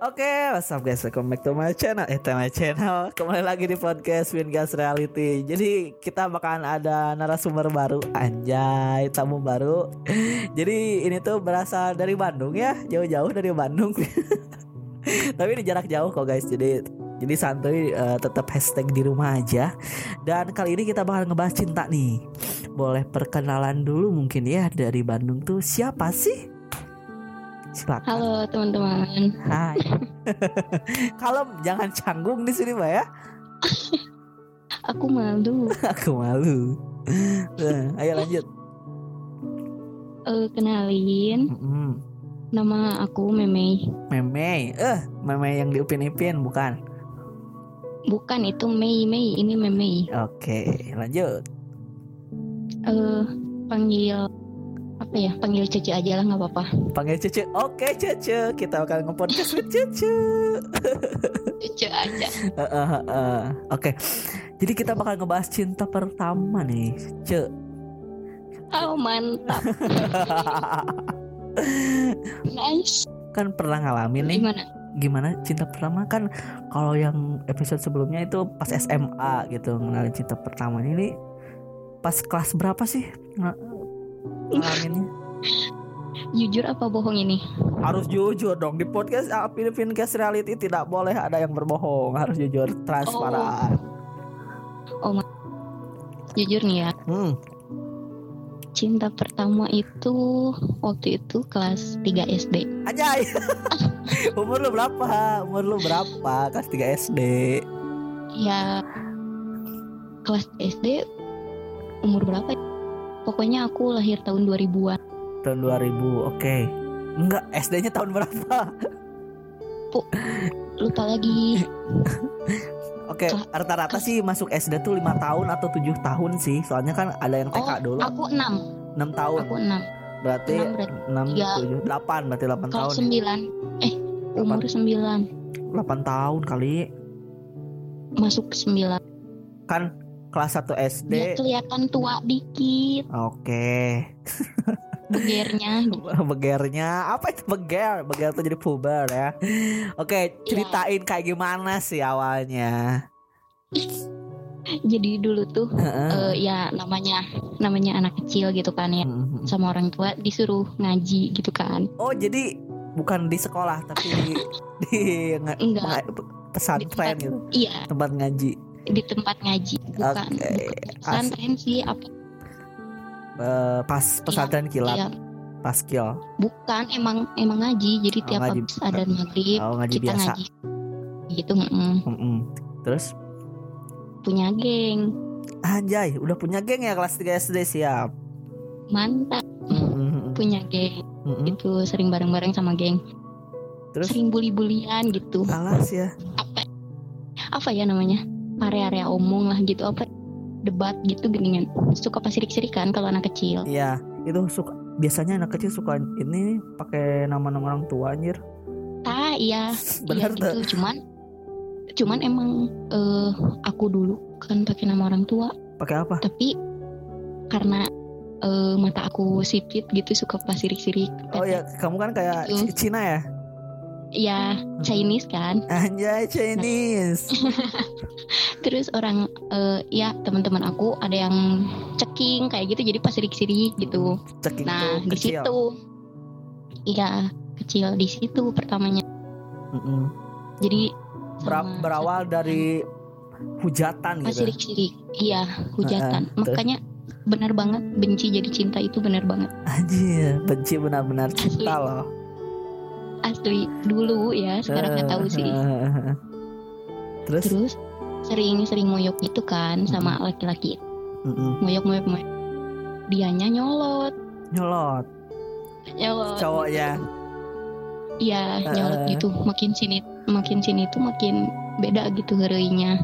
Oke, what's up guys, welcome back to my channel. Kembali lagi di podcast Wingas Reality. Jadi kita bakalan ada narasumber baru, anjay, tamu baru. Jadi ini tuh berasal dari Bandung ya, jauh-jauh dari Bandung. Tapi ini jarak jauh kok guys. Jadi santuy, tetap hashtag di rumah aja. Dan kali ini kita bakal ngebahas cinta nih. Boleh perkenalan dulu mungkin ya, dari Bandung tuh siapa sih? Silakan. Halo teman-teman. Hai. Kalau jangan canggung di sini, Mbak ya. Aku malu. Aku malu. Nah, ayo lanjut. Kenalin, nama aku Memei. Memei. Memei yang di Upin bukan? Bukan, itu Mei. Ini Memei. Oke, lanjut. Panggil apa ya? Panggil Cece aja lah, nggak apa-apa. Panggil Cece. Oke, Cece. Kita akan nge-podcast with Cece. Cece aja. Oke. Jadi kita bakal ngebahas cinta pertama nih, Ce. Oh, mantap. Nice. Kan pernah ngalamin nih. Gimana cinta pertama? Kan kalau yang episode sebelumnya itu pas SMA gitu, ngenalin cinta pertamanya. Ini pas kelas berapa sih ngalaminnya? Jujur apa bohong ini? Harus jujur dong. Di podcast Wingas Reality tidak boleh ada yang berbohong. Harus jujur, transparan. Jujur nih ya. Cinta pertama itu waktu itu kelas 3 SD. Anjay. Umur lu berapa? Kelas 3 SD. Ya, kelas SD umur berapa? Pokoknya aku lahir tahun 2000-an. Tahun 2000, oke. Enggak, SD-nya tahun berapa? Lupa lagi. Oke, rata-rata sih masuk SD tuh 5 tahun atau 7 tahun sih. Soalnya kan ada yang TK dulu. Aku 6. 6 tahun. Aku 6. Berarti 6, 7, 8. Berarti 8 kalau tahun. 9. Umur 9. 8 tahun kali. Masuk 9. Kan kelas 1 SD. Dia kelihatan tua dikit. Oke. Begernya apa itu beger? Beger tuh jadi puber ya. Oke, ceritain kayak gimana sih awalnya. Jadi dulu tuh ya namanya anak kecil gitu kan ya. Sama orang tua disuruh ngaji gitu kan. Oh, jadi bukan di sekolah tapi di pesantren gitu. Iya. Tempat ngaji. Di tempat ngaji bukan. Pesantren sih apa? Pas pesantren kilat. Iya. Paskil. Bukan, emang ngaji. Jadi tiap habis adzan maghrib ngaji kita biasa. ngaji gitu. Terus punya geng. Anjay, udah punya geng ya kelas 3 SD, siap. Mantap. Punya geng. Itu sering bareng-bareng sama geng. Terus sering bully-bulian gitu. Alas ya. Apa ya namanya? Area-area omong lah gitu, apa debat gitu geningan. Suka pasirik-sirikan kalau anak kecil. Iya, itu suka. Biasanya anak kecil suka ini pakai nama-nama orang tua anjir. Iya. Benar iya gitu. Cuman emang aku dulu kan pakai nama orang tua. Pakai apa? Tapi karena mata aku sipit gitu, suka pasirik-sirik. Oh ya, kamu kan kayak Cina ya? Iya, Chinese kan. Anjay, Chinese. Terus orang ya teman-teman aku ada yang ceking kayak gitu, jadi pasirik-sirik gitu. Ceking nah di situ, iya kecil di situ pertamanya. Jadi berawal dari hujatan gitu. Pasirik-sirik, iya hujatan. Makanya benar banget, benci jadi cinta itu benar banget. Anjir, benci benar-benar cinta loh. Asli dulu ya, sekarang nggak tahu sih. Terus sering ngoyok gitu kan sama laki-laki. Ngoyok. Dianya nyolot. Cowoknya. Iya, nyolot gitu. Makin sini tuh makin beda gitu hereuinya.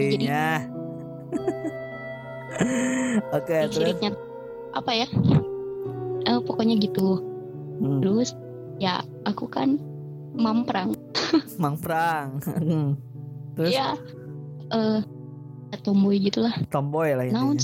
Oke, terus apa ya? Pokoknya gitu. Terus ya aku kan mamprang. Terus ya tomboy gitulah. Tomboy lah ini.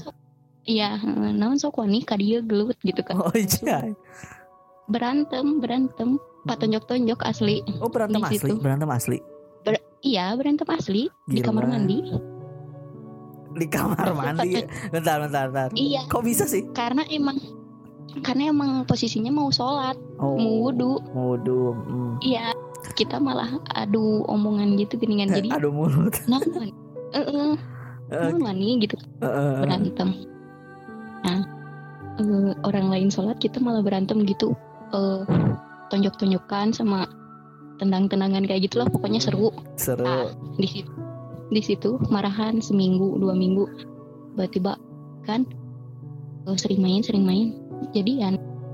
Naon sok wani ka dieu gelut gitu kan. Oh iya. Berantem Patonjok-tonjok asli. Oh berantem Di asli, situ. berantem asli. Iya berantem asli di Gila. kamar mandi. Di kamar mandi. Bentar. Iya. Kok bisa sih? Karena emang posisinya mau sholat, Oh, mau wudhu. Wudu. Iya, kita malah adu omongan gitu geningan. Jadi Aduh mulut. naon nih gitu berantem. Nah, orang lain sholat kita malah berantem gitu, tonjok-tonjokan sama tendang-tendangan kayak gitulah, pokoknya seru. Seru. Nah, di situ marahan seminggu 2 minggu, tiba-tiba kan sering main jadian.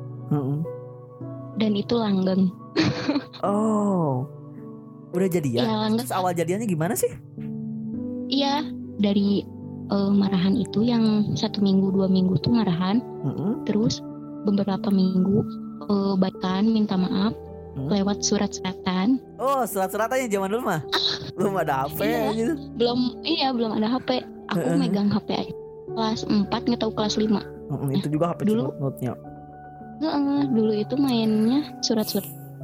Dan itu langgeng. Oh, udah jadian? Iya, langgeng. Terus awal jadiannya gimana sih? Iya, dari marahan itu yang 1 minggu 2 minggu tuh marahan. Terus beberapa minggu baikan, minta maaf lewat surat-suratan. Oh, surat-suratannya zaman dulu mah belum ada HP gitu. Belum ada HP. Aku megang HP aja kelas 4, nggak tahu kelas 5. Itu juga HP dulu note-nya. Dulu itu mainnya surat-surat.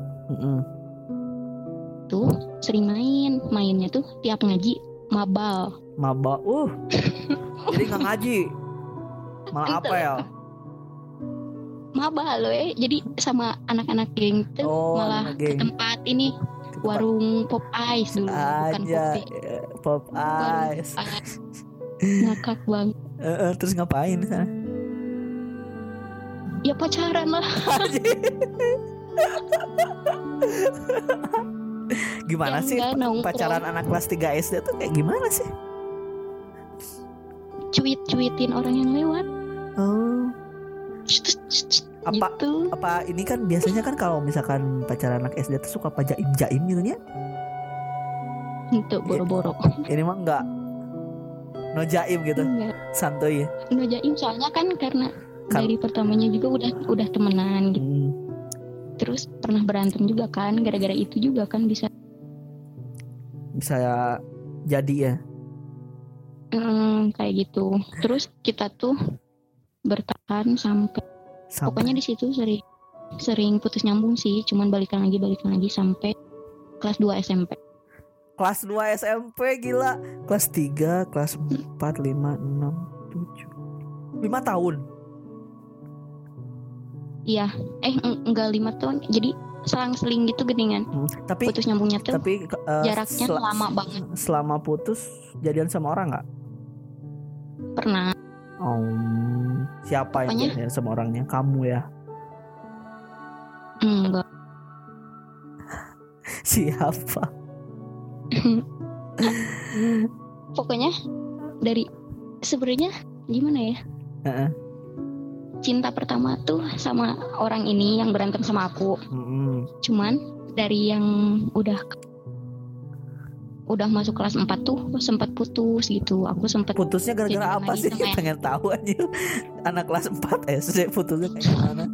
Tuh sering mainnya tuh tiap ngaji mabal. Jadi nggak ngaji, malah apa ya? Mabal loh ya. Jadi sama anak-anak geng tuh malah ke tempat ini, warung Pop Ice dulu, bukan kopi. Pop Ice. Ngakak banget. Terus ngapain di sana? Ya pacaran lah. Gimana sih pacaran anak kelas 3 SD tuh kayak gimana sih? Cuitin orang yang lewat. Oh. Apa gitu. Apa ini kan biasanya kan kalau misalkan pacaran anak SD tuh suka jaim gitu nya? Untuk boro-boro. Ini mah enggak. No jaim gitu. Enggak. Santuy. No jaim soalnya kan karena dari pertamanya juga udah temenan gitu. Terus pernah berantem juga kan, gara-gara itu juga kan bisa jadi ya. Kayak gitu. Terus kita tuh bertahan sampai pokoknya di situ sering putus nyambung sih, cuman balikan lagi sampai kelas 2 SMP. Kelas 2 SMP gila. Kelas 3, kelas 4, 5, 6, 7. 5 tahun. Iya, enggak 5 tahun. Jadi selang-seling gitu geningan. Tapi putus nyambungnya tuh. Tapi jaraknya lama banget. Selama putus jadian sama orang enggak? Pernah. Oh, siapa yang jadian sama orangnya? Kamu ya? Enggak. Siapa? Pokoknya dari sebenarnya gimana ya? Cinta pertama tuh sama orang ini yang berantem sama aku. Cuman dari yang udah masuk kelas 4 tuh sempat putus gitu. Aku sempat putusnya gara-gara apa sih? Pengen tahu aja. Anak kelas 4 SD putusnya kayak gimana?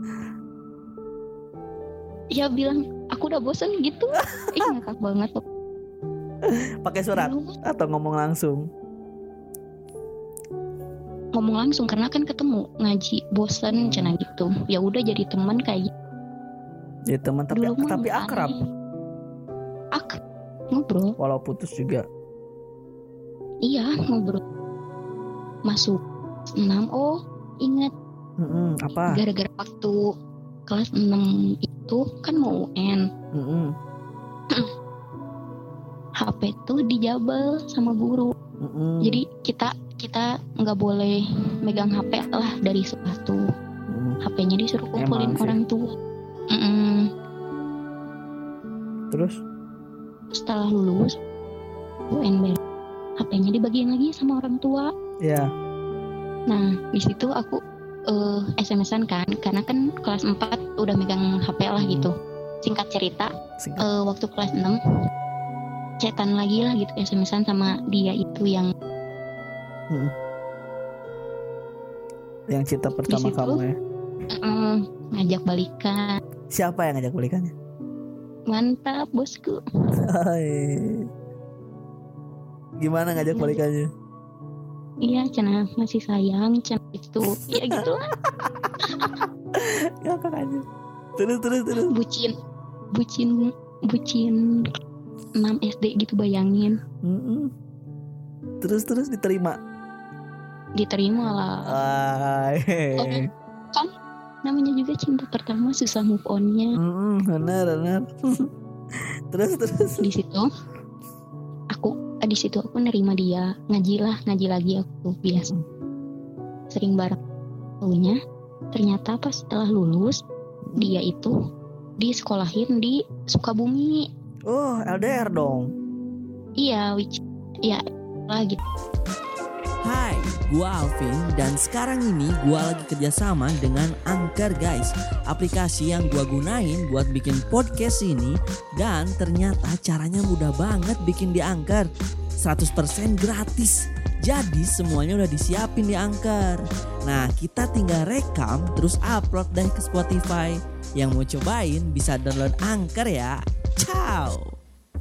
Ya bilang aku udah bosen gitu. Ngakak banget tuh. Pakai surat atau ngomong langsung? Ngomong langsung karena kan ketemu ngaji bosen cina gitu. Ya udah jadi teman kayak gitu. Jadi teman tapi akrab. Akrab. Ngobrol. Walau putus juga. Iya, ngobrol. Masuk 6. Oh, ingat. Apa? Gara-gara waktu kelas 6 itu kan mau UN. HP tuh dijabel sama guru. Jadi kita nggak boleh megang HP lah dari sekolah tuh. HP-nya disuruh kumpulin orang tua. Terus? Setelah lulus UNB, HP-nya dibagiin lagi sama orang tua. Iya. Nah di situ aku SMS-an kan, karena kan kelas 4 udah megang HP lah gitu. Singkat cerita, waktu kelas 6 chatan lagi lah gitu, SMS-an sama dia itu yang cinta pertama kamu ya. Ngajak balikan. Siapa yang ngajak balikannya? Mantap bosku. Gimana ngajak balikannya? Iya, cina masih sayang, cina itu, ya gitu lah. Ngakak aja. Terus. bucin 6 SD gitu, bayangin. Terus diterima lah. Orang kan namanya juga cinta pertama, susah move on-nya. Benar. terus di situ aku nerima dia, ngaji lagi aku biasa. Sering bareng. Tahunya ternyata pas setelah lulus dia itu disekolahin di Sukabumi. Oh, LDR dong. Iya, lah gitu. Hai, gua Alvin dan sekarang ini gua lagi kerjasama dengan Anchor guys. Aplikasi yang gua gunain buat bikin podcast ini, dan ternyata caranya mudah banget bikin di Anchor. 100% gratis. Jadi semuanya udah disiapin di Anchor. Nah, kita tinggal rekam terus upload deh ke Spotify. Yang mau cobain bisa download Anchor ya. Ciao.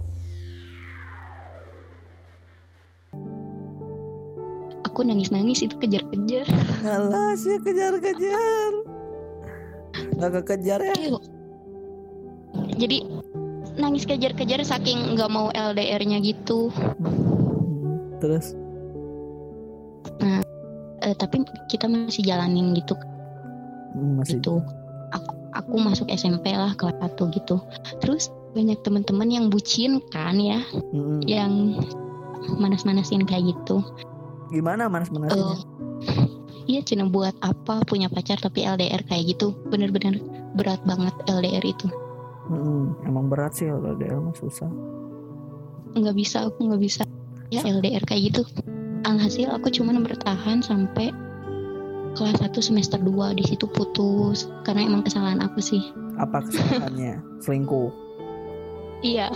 Aku nangis itu kejar-kejar. Alah sih kejar-kejar. Gak kekejar ya? Jadi nangis kejar-kejar saking gak mau LDR-nya gitu. Terus? Nah, tapi kita masih jalanin gitu. Masih. Gitu. Aku masuk SMP lah kelas 1 gitu. Terus banyak teman-teman yang bucin kan ya, yang manas-manasin kayak gitu. Gimana manas-manasinnya? Iya, cina buat apa punya pacar tapi LDR kayak gitu. Bener-bener berat banget LDR itu. Emang berat sih LDR mah, susah. Aku nggak bisa ya LDR kayak gitu. Alhasil aku cuman bertahan sampai kelas 1 semester 2. Di situ putus karena emang kesalahan aku sih. Apa kesalahannya? Selingkuh. Iya.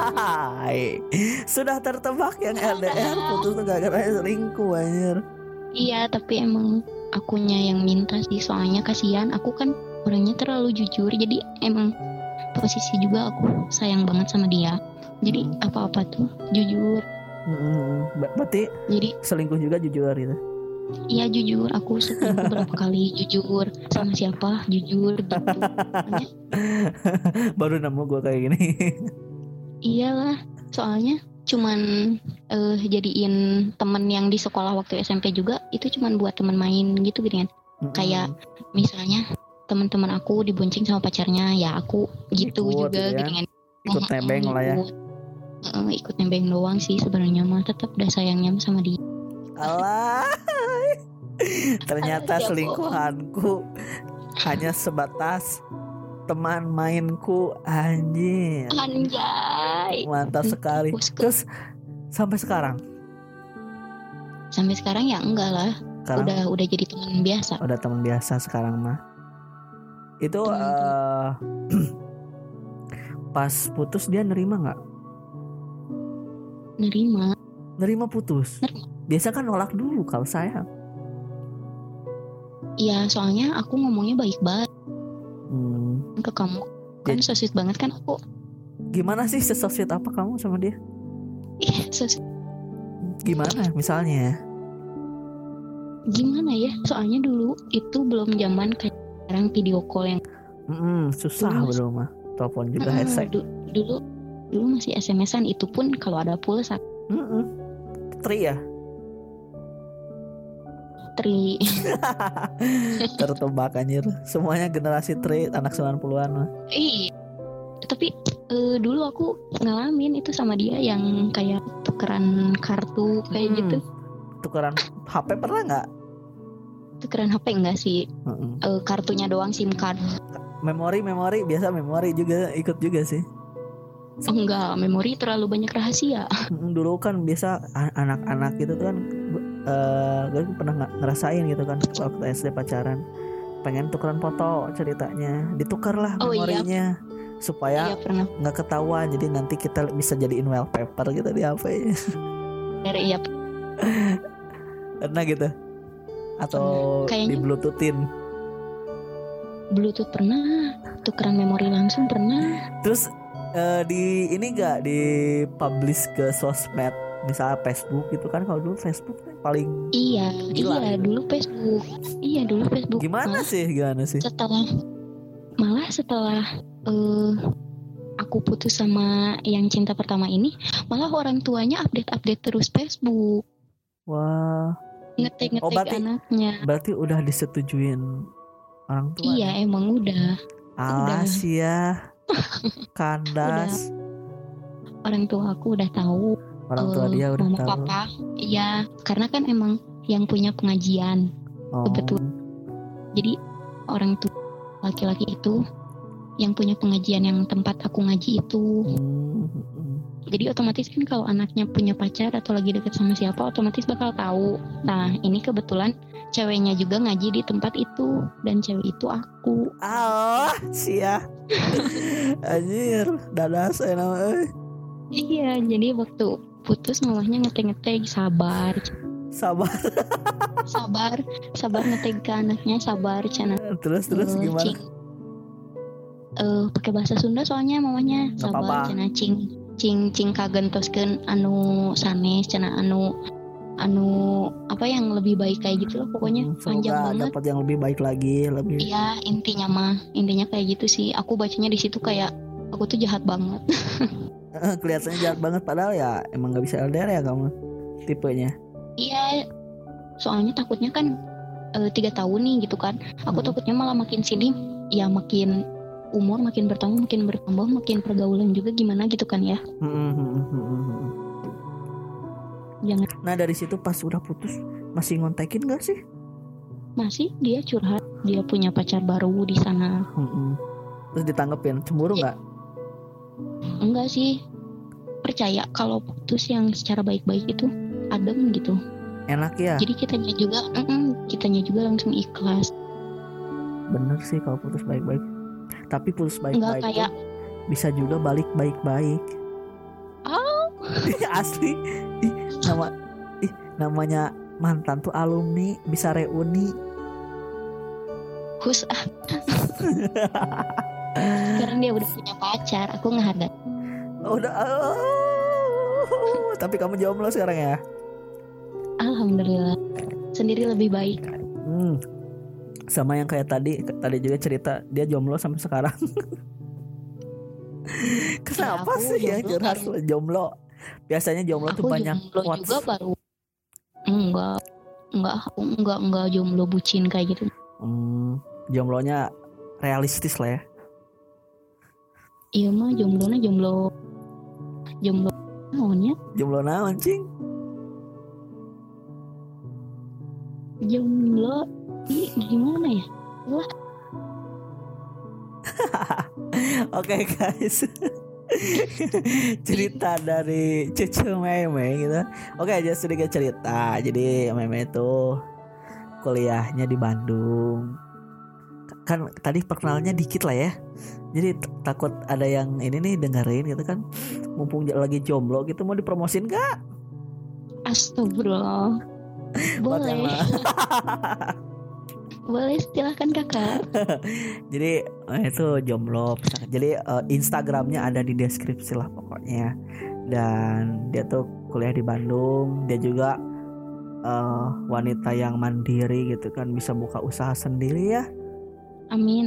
Sudah tertebak yang LDR putus tuh gara-gara selingkuh anjir. Iya, tapi emang akunya yang minta sih, soalnya kasihan. Aku kan orangnya terlalu jujur, jadi emang posisi juga aku sayang banget sama dia. Jadi apa-apa tuh jujur. Berarti jadi selingkuh juga jujur gitu. Iya jujur, aku selingkuh berapa kali jujur, sama siapa jujur gitu. Baru nemu gue kayak gini. Iyalah, soalnya cuman jadiin temen yang di sekolah waktu SMP juga, itu cuman buat temen main gitu kan. Kayak misalnya teman-teman aku dibonceng sama pacarnya, ya aku gitu ikut, juga gitu kan. Ikut nebeng lah ya. Ikut nebeng doang sih sebenarnya mah, tetap udah sayangnya sama dia. Alah. Ternyata selingkuhanku hanya sebatas teman mainku. Anjay. Mantap sekali. Terus sampai sekarang ya enggak lah. Sekarang, udah jadi teman biasa. Udah teman biasa sekarang mah. Itu pas putus dia nerima nggak? Nerima putus. Biasa kan nolak dulu kalau sayang. Iya, soalnya aku ngomongnya baik banget ke kamu. Kan so sweet banget kan aku. Gimana sih so sweet apa kamu sama dia? Iya, so sweet. Gimana misalnya? Gimana ya? Soalnya dulu itu belum zaman kayak sekarang video call yang susah belum mah. Telepon juga hesek. Dulu masih SMS-an, itu pun kalau ada pulsa. Tri ya? Tri. Tertebak anjir. Semuanya generasi Tri, anak 90-an mah. Iya. Tapi dulu aku ngalamin itu sama dia yang kayak tukeran kartu kayak gitu. Tukeran HP pernah nggak? Tukeran HP enggak sih. Kartunya doang, SIM card. Memori biasa memori juga ikut juga sih. Enggak, memori terlalu banyak rahasia. Dulu kan biasa anak-anak gitu kan, gue pernah ngerasain gitu kan waktu SD pacaran, pengen tukeran foto ceritanya, ditukar lah memorinya supaya nggak ketahuan, jadi nanti kita bisa jadiin wallpaper gitu di HP-nya. Iya. Pernah gitu? Atau di Bluetoothin? Bluetooth pernah, tukeran memori langsung pernah. Terus di ini gak di publish ke sosmed, misalnya Facebook gitu kan? Kalau dulu Facebook paling gila, gitu. Dulu Facebook. Gimana sih? Setelah aku putus sama yang cinta pertama ini, malah orang tuanya update terus Facebook. Wah. Ngetik anaknya. Berarti udah disetujuin orang tua. Iya, emang udah. Alas ya. Kandas. Orang tua aku udah tahu. Orang tua dia udah mama, tahu. Papa. Iya, karena kan emang yang punya pengajian. Kebetulan. Jadi orang tua laki-laki itu yang punya pengajian yang tempat aku ngaji itu. Jadi otomatis kan kalau anaknya punya pacar atau lagi deket sama siapa, otomatis bakal tahu. Nah, ini kebetulan ceweknya juga ngaji di tempat itu, dan cewek itu aku. Sia. Anjir, dadas nama. Iya, jadi waktu putus mamahnya ngetek sabar ngetek ke anaknya, sabar cina. Terus gimana? Pakai bahasa Sunda soalnya mamanya, sabar cina cing kagentoskeun anu sanes cina anu apa yang lebih baik kayak gitu loh pokoknya. Panjang banget. Dapat yang lebih baik lagi, lebih. Iya, intinya kayak gitu sih. Aku bacanya di situ kayak aku tuh jahat banget. Kelihatannya jahat banget padahal ya emang nggak bisa LDR ya kamu tipenya. Iya, soalnya takutnya kan 3 tahun nih gitu kan. Aku takutnya malah makin sini ya makin umur makin bertambah, makin pergaulan juga gimana gitu kan ya. Jangan. Nah dari situ pas udah putus masih ngontekin gak sih? Masih, dia curhat dia punya pacar baru di sana. Terus ditanggepin, cemburu nggak? Enggak sih, percaya kalau putus yang secara baik-baik itu adem gitu. Enak ya. Jadi kitanya juga langsung ikhlas. Bener sih kalau putus baik-baik. Tapi putus baik-baik kayak... bisa juga balik baik-baik. Asli. Namanya mantan tuh alumni bisa reuni. Sekarang dia udah punya pacar, aku ngehargai. Tapi kamu jomblo sekarang ya? Alhamdulillah. Sendiri lebih baik. Sama yang kayak tadi juga cerita dia jomblo sampai sekarang. Kenapa sih yang curhat jomblo? Biasanya jomblo tuh banyak quotes. Juga baru. Enggak jomblo bucin kayak gitu. Jomblonya realistis lah ya. Iya mah jomblo naonnya? Jomblo naon cing? Jomblo gimana ya? Wah. Oke guys. Cerita dari Cucu Meme gitu. Oke, jadi sedikit cerita. Jadi Meme itu kuliahnya di Bandung. Kan tadi perkenalnya dikit lah ya. Jadi takut ada yang ini nih dengerin gitu kan. Mumpung lagi jomblo gitu, mau dipromosin gak? Astagfirullah. Boleh. Boleh, silahkan kakak. Jadi itu jomblo. Jadi Instagramnya ada di deskripsi lah pokoknya. Dan dia tuh kuliah di Bandung. Dia juga wanita yang mandiri gitu kan, bisa buka usaha sendiri ya. Amin.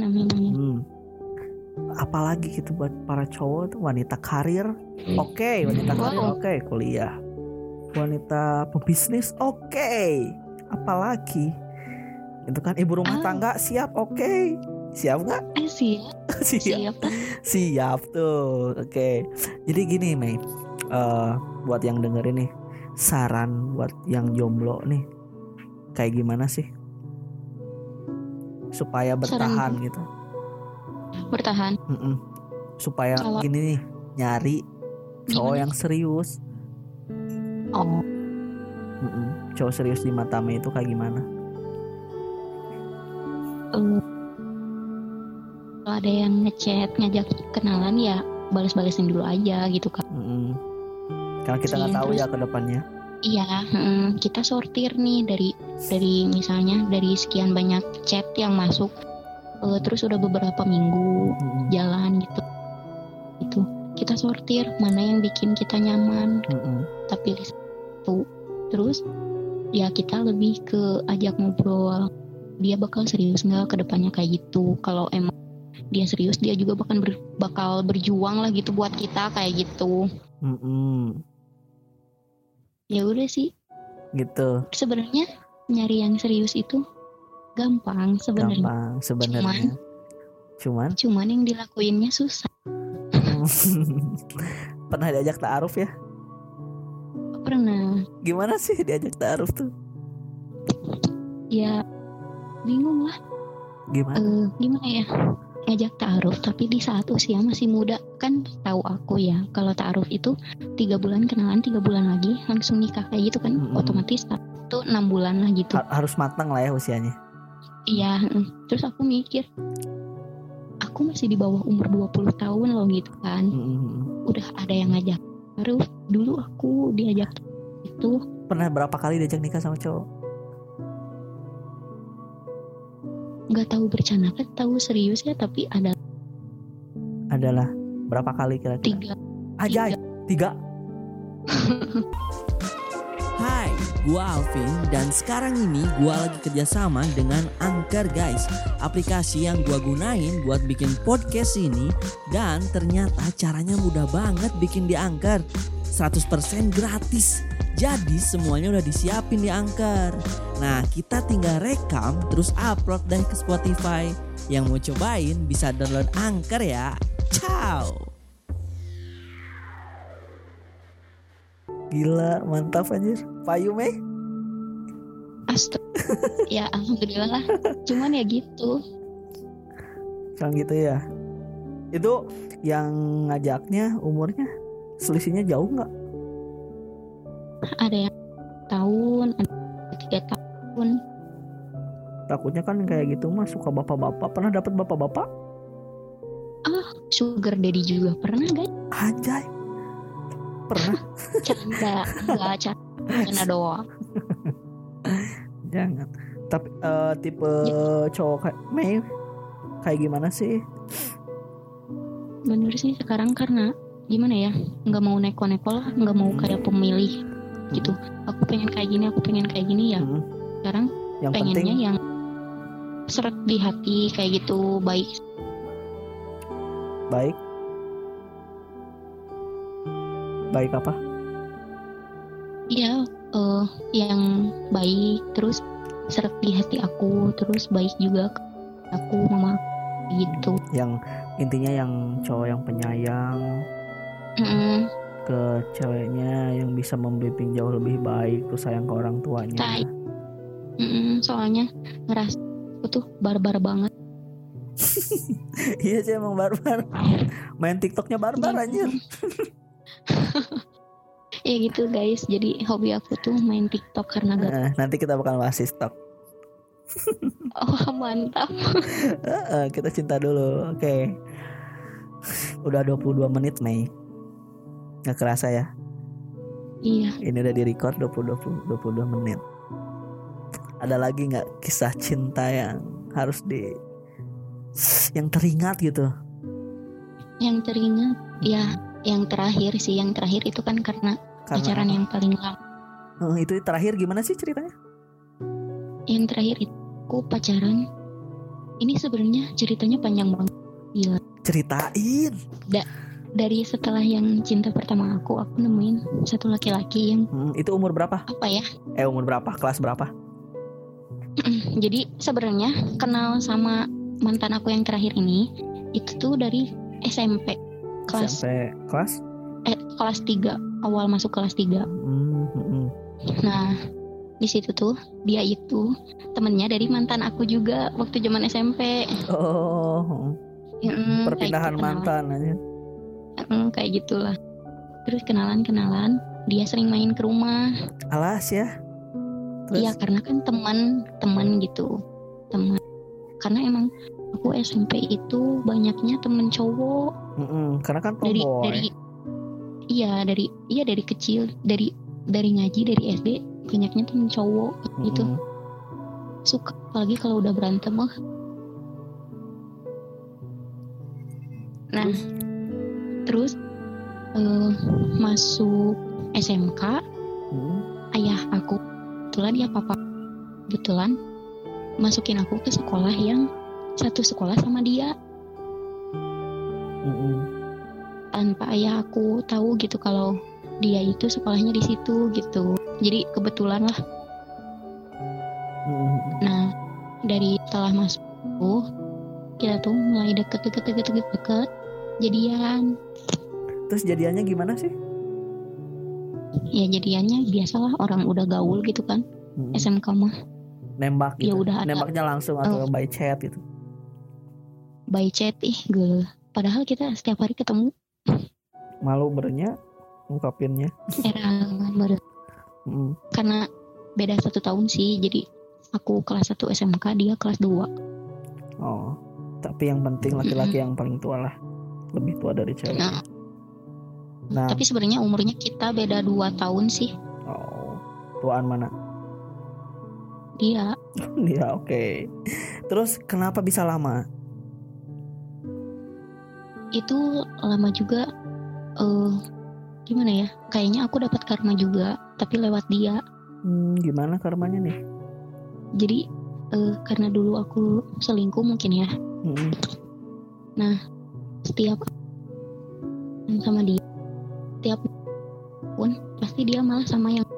Apalagi gitu buat para cowok tuh, wanita karir. Oke, wanita karir oke, kuliah. Wanita pebisnis oke. Apalagi itu kan ibu rumah tangga siap, oke. Siap nggak? Siap tuh, oke. Jadi gini Mei, buat yang dengerin nih, saran buat yang jomblo nih, kayak gimana sih supaya bertahan gitu? Bertahan. Supaya gini nih, nyari cowok yang serius. Cowok serius di mata Mei itu kayak gimana? Kalau ada yang ngechat ngajak kenalan ya balas-balasin dulu aja gitu kan. Karena kita nggak tahu ya ke depannya. Iya, kita sortir nih dari misalnya dari sekian banyak chat yang masuk, terus udah beberapa minggu jalan gitu. Itu kita sortir mana yang bikin kita nyaman. Kita pilih satu. Terus ya kita lebih ke ajak ngobrol. Dia bakal serius nggak ke depannya kayak gitu. Kalau emang dia serius dia juga bakal berjuang lah gitu buat kita kayak gitu. Ya udah sih gitu. Sebenarnya nyari yang serius itu gampang sebenarnya. Cuman yang dilakuinnya susah. Pernah diajak ta'aruf ya? Pernah. Gimana sih diajak ta'aruf tuh? Ya bingung lah. Gimana ya? Ngajak ta'aruf tapi di saat usia masih muda. Kan tahu aku ya, kalau ta'aruf itu 3 bulan kenalan, 3 bulan lagi langsung nikah kayak gitu kan. Otomatis itu 6 bulan lah gitu. Harus matang lah ya usianya. Iya, terus aku mikir aku masih di bawah umur 20 tahun loh gitu kan. Udah ada yang ngajak ta'aruf. Dulu aku diajak itu. Pernah berapa kali diajak nikah sama cowok? Gak tahu bercanda kan, tahu serius ya, tapi adalah berapa kali kira-kira? 3. 3. Hai, gua Alvin dan sekarang ini gua lagi kerjasama dengan Anchor guys, aplikasi yang gua gunain buat bikin podcast ini. Dan ternyata caranya mudah banget bikin di Anchor, 100% gratis. Jadi semuanya udah disiapin di Anchor. Nah, kita tinggal rekam terus upload deh ke Spotify. Yang mau cobain bisa download Anchor ya. Ciao. Gila, mantap anjir. Payung Ya alhamdulillah lah. Cuman ya gitu. Gitu ya. Itu yang ngajaknya umurnya selisihnya jauh nggak? Ada yang tahun, ada 3 tahun. Takutnya kan kayak gitu mah suka bapak-bapak. Pernah dapat bapak-bapak? Sugar daddy juga pernah guys. Anjay. Pernah. Canda doang. Jangan. Tapi tipe cowok kayak Mei kayak gimana sih? Bener sih sekarang karena gimana ya, nggak mau neko-neko lah, nggak mau kayak pemilih gitu. Aku pengen kayak gini ya. Sekarang yang pengennya penting, yang seret di hati kayak gitu, baik. Baik apa? Iya, yang baik, terus seret di hati aku, terus baik juga ke aku, mama gitu. Yang intinya yang cowok yang penyayang ke ceweknya, yang bisa membimbing jauh lebih baik, tuh sayang ke orang tuanya. Soalnya ngerasa aku tuh barbar banget. Iya sih emang barbar. Main TikToknya barbar anjir. Ya gitu guys, jadi hobi aku tuh main TikTok karena nanti kita bakal bahas TikTok. Oh mantap. Kita cinta dulu. Oke. Udah 22 menit Mei. Gak kerasa ya? Iya. Ini udah di record 22 menit. Ada lagi gak kisah cinta yang harus yang teringat gitu? Yang teringat ya yang terakhir itu kan karena pacaran yang paling lama. Itu terakhir gimana sih ceritanya? Yang terakhir itu aku pacaran. Ini sebenarnya ceritanya panjang banget. Gila. Ceritain. Dari setelah yang cinta pertama aku nemuin satu laki-laki yang itu umur berapa? Apa ya? Umur berapa? Kelas berapa? Jadi sebenarnya kenal sama mantan aku yang terakhir ini itu tuh dari SMP. Kelas 3, awal masuk kelas 3. Nah, di situ tuh dia itu temennya dari mantan aku juga waktu zaman SMP. Perpindahan mantan aja. Kayak gitulah. Terus kenalan, dia sering main ke rumah. Alas ya. Iya, karena kan teman gitu. Teman. Karena emang aku SMP itu banyaknya temen cowok. Karena kan tomboy. Dari kecil, dari ngaji, dari SD banyaknya temen cowok gitu. Suka apalagi kalau udah berantem mah. Nah, terus masuk SMK, ayah aku kebetulan ya papa kebetulan masukin aku ke sekolah yang satu sekolah sama dia. Tanpa ayah aku tahu gitu kalau dia itu sekolahnya di situ gitu. Jadi kebetulan lah. Nah, dari setelah masuk kita tuh mulai deket jadian. Terus jadiannya gimana sih? Ya jadiannya biasalah orang udah gaul gitu kan. SMK mah nembak gitu. Ya udah nembaknya langsung atau by chat gitu. By chat padahal kita setiap hari ketemu. Malu berenya ngungkapinnya. Era baru. Karena beda 1 tahun sih. Jadi aku kelas 1 SMK, dia kelas 2. Oh, tapi yang penting laki-laki yang paling tua lah. Lebih tua dari cewek. Nah, tapi sebenarnya umurnya kita beda 2 tahun sih. Oh, tuaan mana? Dia. Dia, oke. Terus kenapa bisa lama? Itu lama juga. Gimana ya? Kayaknya aku dapat karma juga, tapi lewat dia. Gimana karmanya nih? Jadi karena dulu aku selingkuh mungkin ya. Nah, setiap sama dia, setiap pun pasti dia malah sama yang.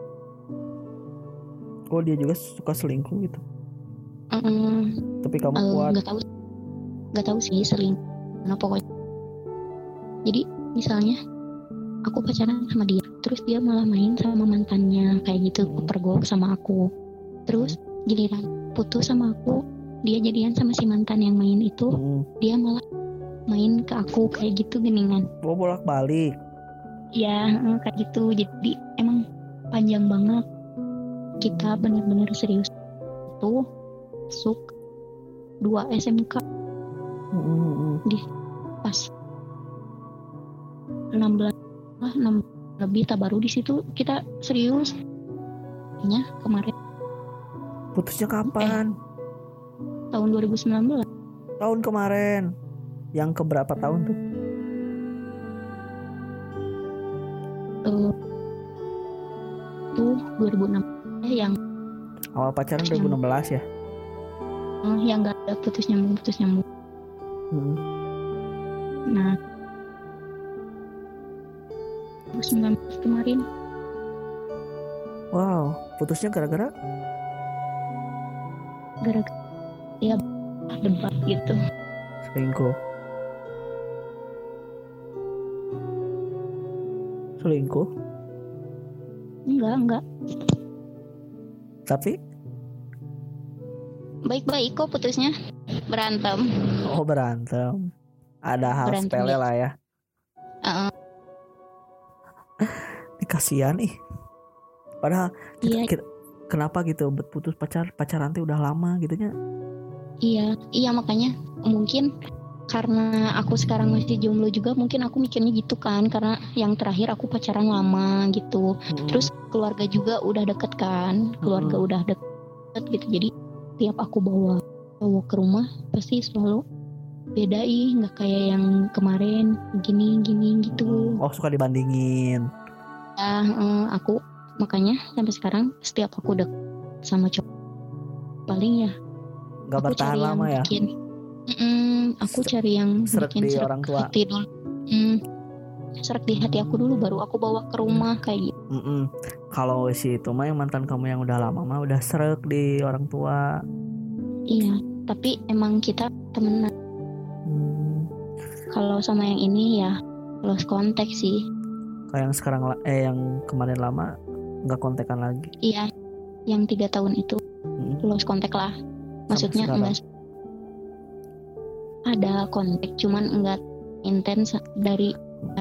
Oh, dia juga suka selingkuh gitu. Tapi kamu kuat. Gak tahu sih selingkuh. Nah pokoknya. Jadi misalnya aku pacaran sama dia, terus dia malah main sama mantannya kayak gitu, kepergok sama aku. Terus giliran putus sama aku, dia jadian sama si mantan yang main itu, dia malah main ke aku kayak gitu geningan. Oh, bolak-balik. Ya kayak gitu. Jadi emang panjang banget. Kita benar-benar serius tuh masuk 2 SMK di pas 16 lebih tak baru di situ kita serius. Ya kemarin. Putusnya kapan? Tahun 2019. Tahun kemarin. Yang keberapa tahun tuh? Tuh 2006. Yang awal pacaran 2016 ya? Yang gak ada putus nyambung. Nah 2019 kemarin. Wow, putusnya gara-gara ya debat gitu. Selingkuh? Enggak. Tapi? Baik-baik kok putusnya. Berantem. Oh, berantem. Ada hal sepele lah ya. Kasihan Padahal kita, kenapa gitu putus pacaran tuh udah lama gitunya. Iya makanya mungkin karena aku sekarang masih jomblo juga, mungkin aku mikirnya gitu kan, karena yang terakhir aku pacaran lama gitu. Terus keluarga juga udah deket kan, udah deket gitu. Jadi tiap aku bawa ke rumah pasti selalu beda nggak kayak yang kemarin gini gitu. Oh, suka dibandingin. Aku makanya sampai sekarang setiap aku deket sama cowok paling ya nggak bertahan lama ya. Aku cari yang bikin serak orang tua. Hati dulu. Serak di hati aku dulu, baru aku bawa ke rumah kayak gitu. Kalau si itu mah yang mantan kamu yang udah lama mah udah serak di orang tua. Iya, tapi emang kita temenan. Kalau sama yang ini ya lost contact sih. Kayak yang sekarang yang kemarin lama nggak kontekan lagi. Iya, yang 3 tahun itu lost contact lah. Maksudnya enggak ada kontak, cuman enggak intens dari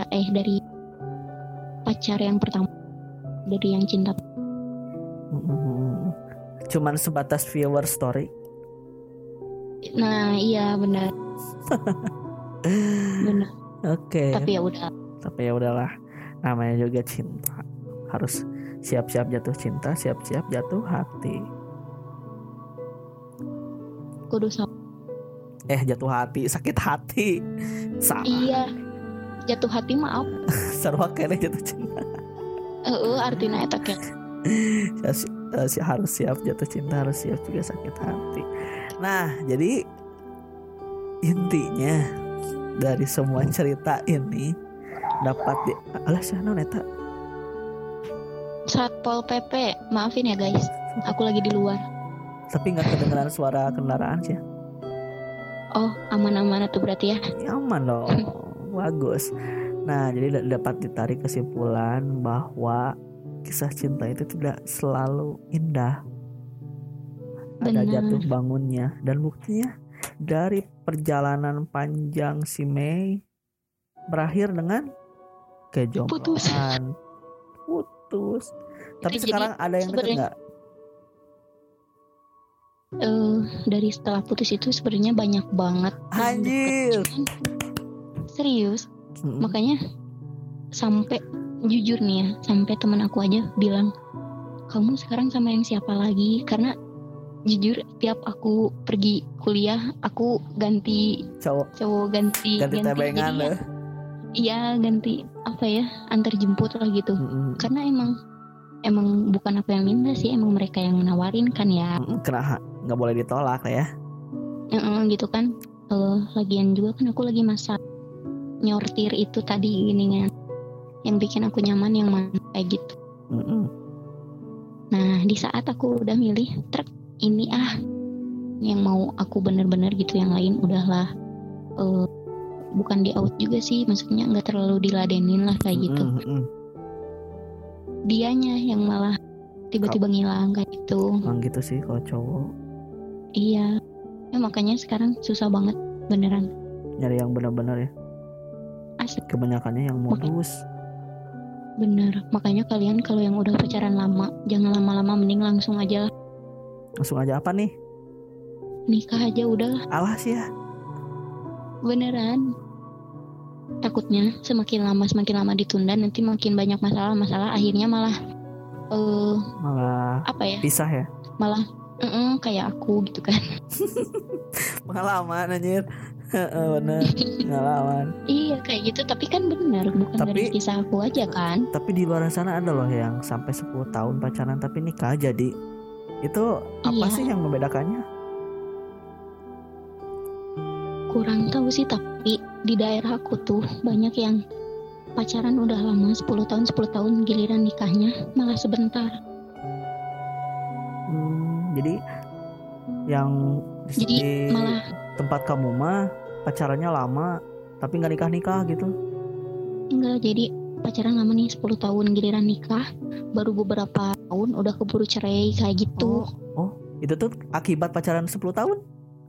pacar yang pertama, dari yang cinta. Cuman sebatas viewer story. Nah iya benar. Benar. Oke. Tapi ya udahlah. Namanya juga cinta. Harus siap-siap jatuh cinta, siap-siap jatuh hati. Kudu jatuh hati, sakit hati. Salah. Iya. Jatuh hati mah apa? Sarua kene jatuh cinta. Artinya eta kan. Harus siap jatuh cinta, harus siap juga sakit hati. Nah, jadi intinya dari semua cerita ini dapat di alah sana neta Satpol PP, maafin ya guys, aku lagi di luar. tapi nggak kedengeran suara kendaraan sih. Oh, aman-aman tuh berarti ya. Aman dong. Bagus. Nah, jadi dapat ditarik kesimpulan bahwa kisah cinta itu tidak selalu indah. Ada Benar. jatuh bangunnya. Dan buktinya dari perjalanan panjang si Mei berakhir dengan kejombloan. Putus. Tapi Jadi sekarang ada yang deket sebenarnya- nggak? Dari setelah putus itu sebenarnya banyak banget yang Anjir. deket. Cuman, serius. Mm-mm. Makanya sampai jujur nih ya, sampai teman aku aja bilang, kamu sekarang sama yang siapa lagi? Karena jujur tiap aku pergi kuliah aku ganti Cowok ganti tebengan jadi ya, loh. iya ganti apa ya, antar jemput lah gitu. Mm-mm. Karena emang bukan aku yang minta sih, emang mereka yang nawarin kan ya. Kena nggak boleh ditolak ya. Gitu kan. Lagian juga kan aku lagi masa nyortir itu tadi ini kan, yang bikin aku nyaman yang mana kayak gitu. Mm-mm. Nah di saat aku udah milih truk ini yang mau aku bener-bener gitu, yang lain udahlah bukan di out juga sih, maksudnya nggak terlalu diladenin lah kayak gitu. Mm-mm. Dianya yang malah tiba-tiba ngilang kayak gitu. Emang gitu sih kalau cowok. Iya ya, makanya sekarang susah banget beneran, Nyari yang benar-benar ya. asli Kebanyakannya yang modus. bener. Makanya kalian kalau yang udah pacaran lama jangan lama-lama, mending langsung aja lah, Langsung aja apa nih? nikah aja udah Alas ya. beneran. Takutnya semakin lama ditunda, nanti makin banyak masalah akhirnya malah Malah apa ya, pisah ya. malah kayak aku gitu kan. Pengalaman anjir. Bener. Pengalaman. Iya kayak gitu, tapi kan bener, bukan dari Tapi- kisah aku aja kan. Tapi di luar sana ada loh yang sampai 10 tahun pacaran tapi nikah jadi. Itu apa Iya. sih yang membedakannya? Kurang tahu sih, tapi di daerah aku tuh banyak yang pacaran udah lama 10 tahun giliran nikahnya malah sebentar. Jadi yang Jadi di malah tempat kamu mah pacarannya lama tapi nggak nikah gitu. enggak, jadi pacaran lama nih 10 tahun giliran nikah baru beberapa tahun udah keburu cerai kayak gitu. Oh, itu tuh akibat pacaran 10 tahun?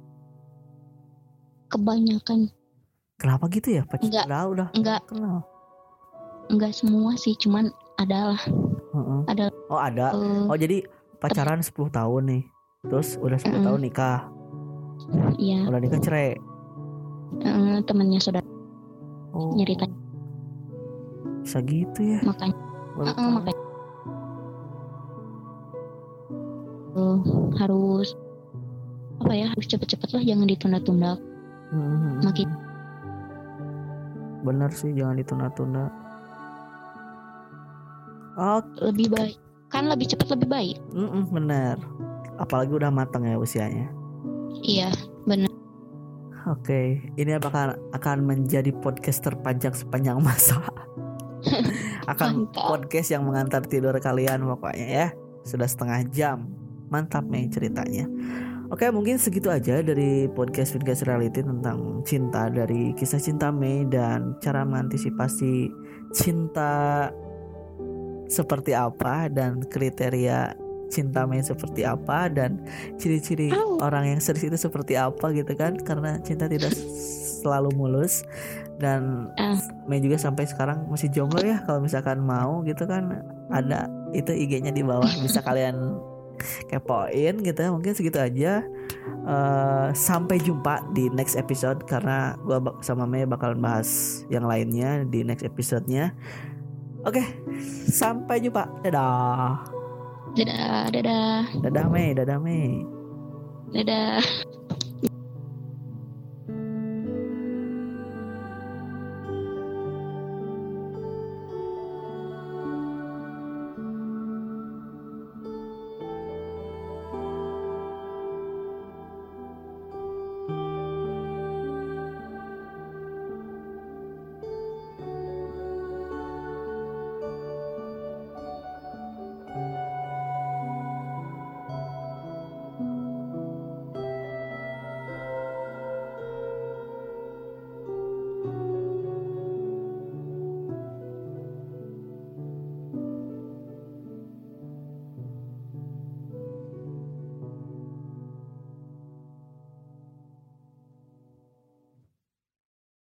Kebanyakan, Kenapa gitu ya? Enggak. Udah enggak kenal. enggak semua sih, cuman adalah Heeh. Ada. Oh, ada. Oh, jadi pacaran 10 tahun nih. Terus udah 10 tahun nikah. iya Udah nikah cerai. temennya saudara Oh. nyerita, Bisa gitu ya. makanya Baru tahu. makanya harus apa ya, harus cepet-cepet lah, jangan ditunda-tunda. Mhm. Makin Bener sih, jangan ditunda-tunda. Oh, lebih baik kan, lebih cepat lebih baik. bener. Apalagi udah matang ya usianya. Iya benar. Oke, ini akan menjadi podcast terpanjang sepanjang masa. Akan Mantap. podcast yang mengantar tidur kalian pokoknya ya. Sudah setengah jam. Mantap nih ceritanya. Oke, mungkin segitu aja dari podcast Vingas Reality tentang cinta, dari kisah cinta Mei dan cara mengantisipasi cinta seperti apa dan kriteria cinta Mei seperti apa dan ciri-ciri orang yang serius itu seperti apa gitu kan, karena cinta tidak selalu mulus. Dan Mei juga sampai sekarang masih jomblo ya, kalau misalkan mau gitu kan ada itu IG-nya di bawah, bisa kalian kepoin gitu ya. Mungkin segitu aja. Sampai jumpa di next episode, karena gua sama Mei bakalan bahas yang lainnya di next episode-nya. Oke, sampai jumpa. Dadah. Dadah Dadah Mei. dadah.